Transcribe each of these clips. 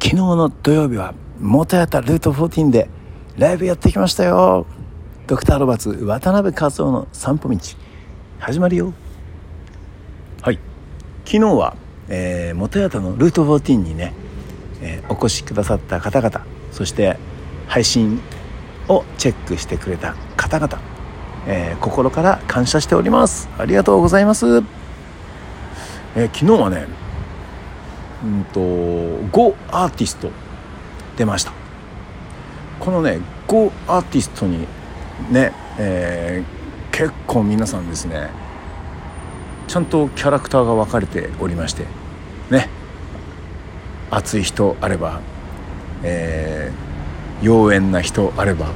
昨日の土曜日は元やったルート14でライブやってきましたよ。ドクターロバーツ渡辺和夫の散歩道始まるよ。はい、昨日は、元やたのルート14にね、お越しくださった方々、そして配信をチェックしてくれた方々、心から感謝しております。ありがとうございます。昨日はねGo アーティスト出ました。このね Go アーティストにね、結構皆さんですねちゃんとキャラクターが分かれておりましてね、熱い人あれば、妖艶な人あれば、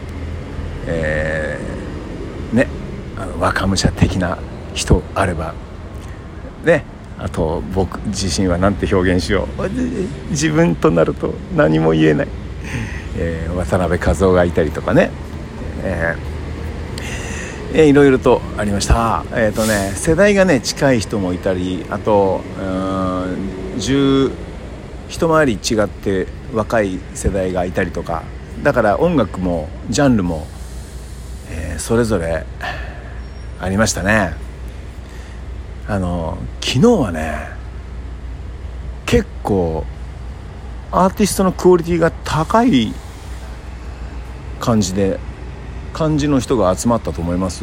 ね、若武者的な人あればね、あと僕自身はなんて表現しよう、自分となると何も言えない、渡辺和夫がいたりとかね、いろいろとありました。世代がね近い人もいたり、あと一回り違って若い世代がいたりとか、だから音楽もジャンルも、それぞれありましたね。昨日はね結構アーティストのクオリティが高い感じの人が集まったと思います。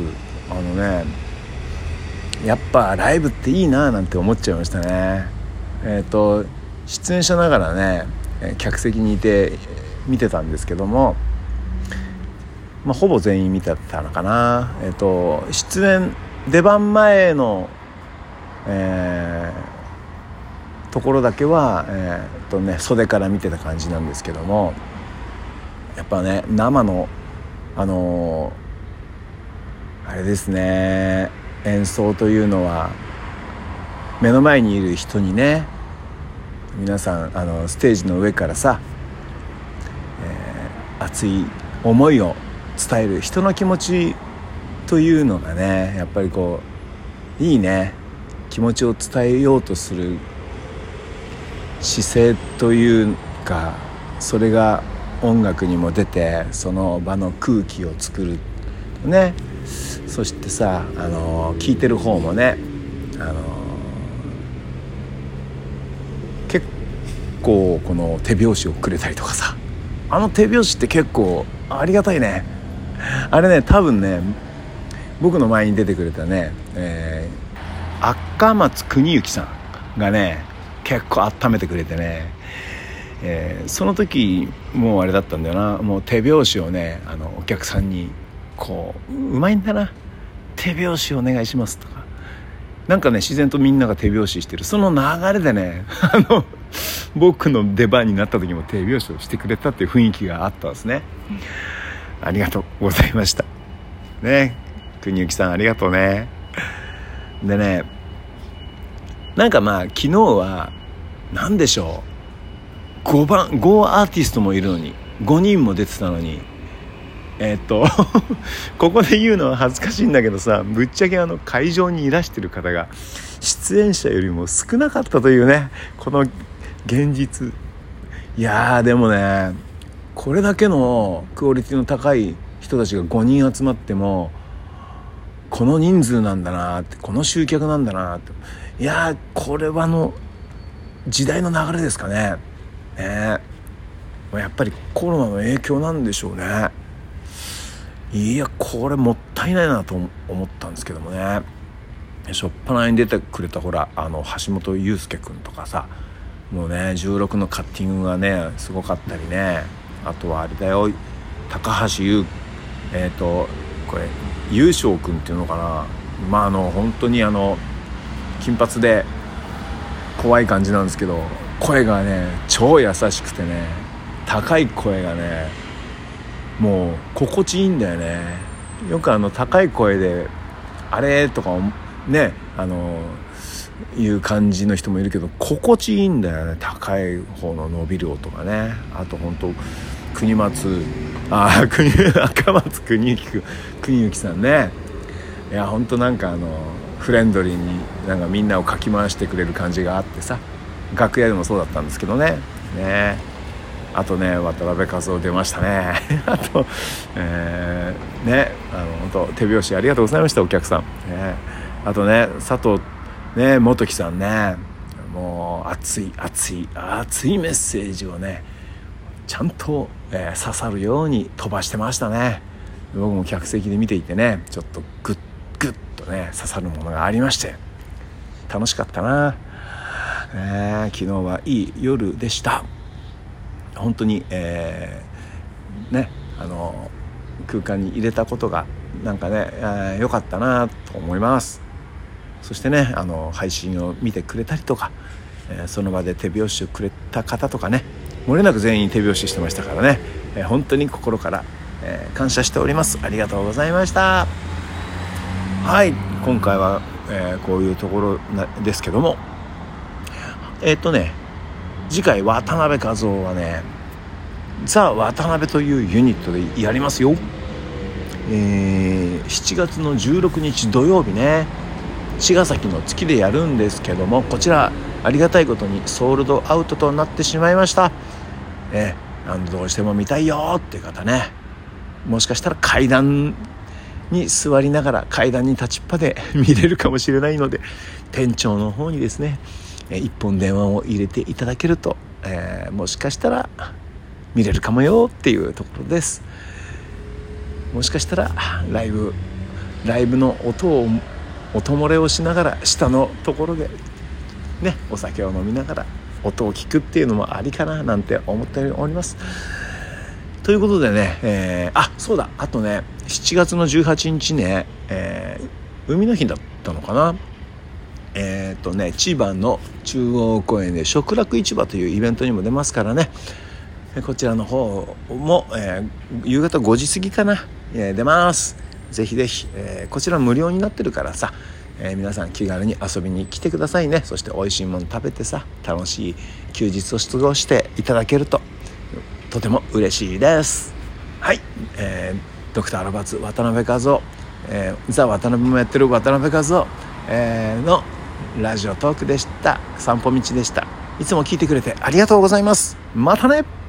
やっぱライブっていいななんて思っちゃいましたね。出演者ながらね客席にいて見てたんですけども、ほぼ全員見てたのかな。出番前のところだけは、袖から見てた感じなんですけども、やっぱね生のあれですね、演奏というのは目の前にいる人にね、皆さんステージの上からさ、熱い思いを伝える人の気持ちというのがね、やっぱりこういいね、気持ちを伝えようとする姿勢というか、それが音楽にも出てその場の空気を作るね。そしてさ聴いてる方もね結構この手拍子をくれたりとかさ、手拍子って結構ありがたいね。あれね多分ね僕の前に出てくれたね、赤松邦之さんがね結構温めてくれてね、その時もうあれだったんだよな、もう手拍子をねお客さんにこうまいんだな、手拍子お願いしますとか、なんかね自然とみんなが手拍子してるその流れでね僕の出番になった時も手拍子をしてくれたっていう雰囲気があったんですね。ありがとうございましたね、国行さんありがとうね。でね、なんか昨日は何でしょう、5アーティストもいるのに5人も出てたのにここで言うのは恥ずかしいんだけどさ、ぶっちゃけ会場にいらしてる方が出演者よりも少なかったというね、この現実。いやーでもねこれだけのクオリティの高い人たちが5人集まってもこの人数なんだなって、この集客なんだなって、いやーこれは時代の流れですかね。やっぱりコロナの影響なんでしょうね。いやこれもったいないなと思ったんですけどもね、しょっぱなに出てくれたほら橋本祐介くんとかさ、もうね16のカッティングがねすごかったりね、あとはあれだよ高橋優これ優勝くんっていうのかな、本当に金髪で怖い感じなんですけど、声がね超優しくてね、高い声がねもう心地いいんだよね。よく高い声であれとかねいう感じの人もいるけど、心地いいんだよね、高い方の伸びる音がね。あと本当赤松邦之さんね、いや本当なんかフレンドリーになんかみんなをかき回してくれる感じがあってさ、楽屋でもそうだったんですけどね、 ね。あとね渡辺和夫出ましたねあと、ね本当手拍子ありがとうございましたお客さん、ね、あとね佐藤ね元樹さんね、もう熱いメッセージをねちゃんと、刺さるように飛ばしてましたね。僕も客席で見ていてねちょっとグッとね刺さるものがありまして楽しかったな、昨日はいい夜でした。本当に、空間に入れたことがなんかね、良かったなと思います。そしてね配信を見てくれたりとか、その場で手拍子をくれた方とかね、漏れなく全員手拍子してましたからね、本当に心から、感謝しております。ありがとうございました。はい、今回は、こういうところですけども、次回渡辺和夫はねザ・渡辺というユニットでやりますよ。7月の16日土曜日ね茅ヶ崎の月でやるんですけども、こちらありがたいことにソールドアウトとなってしまいました。どうしても見たいよっていう方ね、もしかしたら階段に座りながら階段に立ちっぱで見れるかもしれないので、店長の方にですね一本電話を入れていただけると、もしかしたら見れるかもよっていうところです。もしかしたらライブの音漏れをしながら下のところでねお酒を飲みながら音を聞くっていうのもありかななんて思っております。ということでね、そうだ、あとね7月の18日ね、海の日だったのかな、千葉の中央公園で食楽市場というイベントにも出ますからね、こちらの方も、夕方5時過ぎかな、出ます。ぜひぜひ、こちら無料になってるからさ、皆さん気軽に遊びに来てくださいね。そして美味しいもの食べてさ楽しい休日を過ごしていただけるととても嬉しいです。はい、ドクターアロバツ渡辺和夫、ザ・渡辺もやってる渡辺和夫、のラジオトークでした。散歩道でした。いつも聞いてくれてありがとうございます。またね。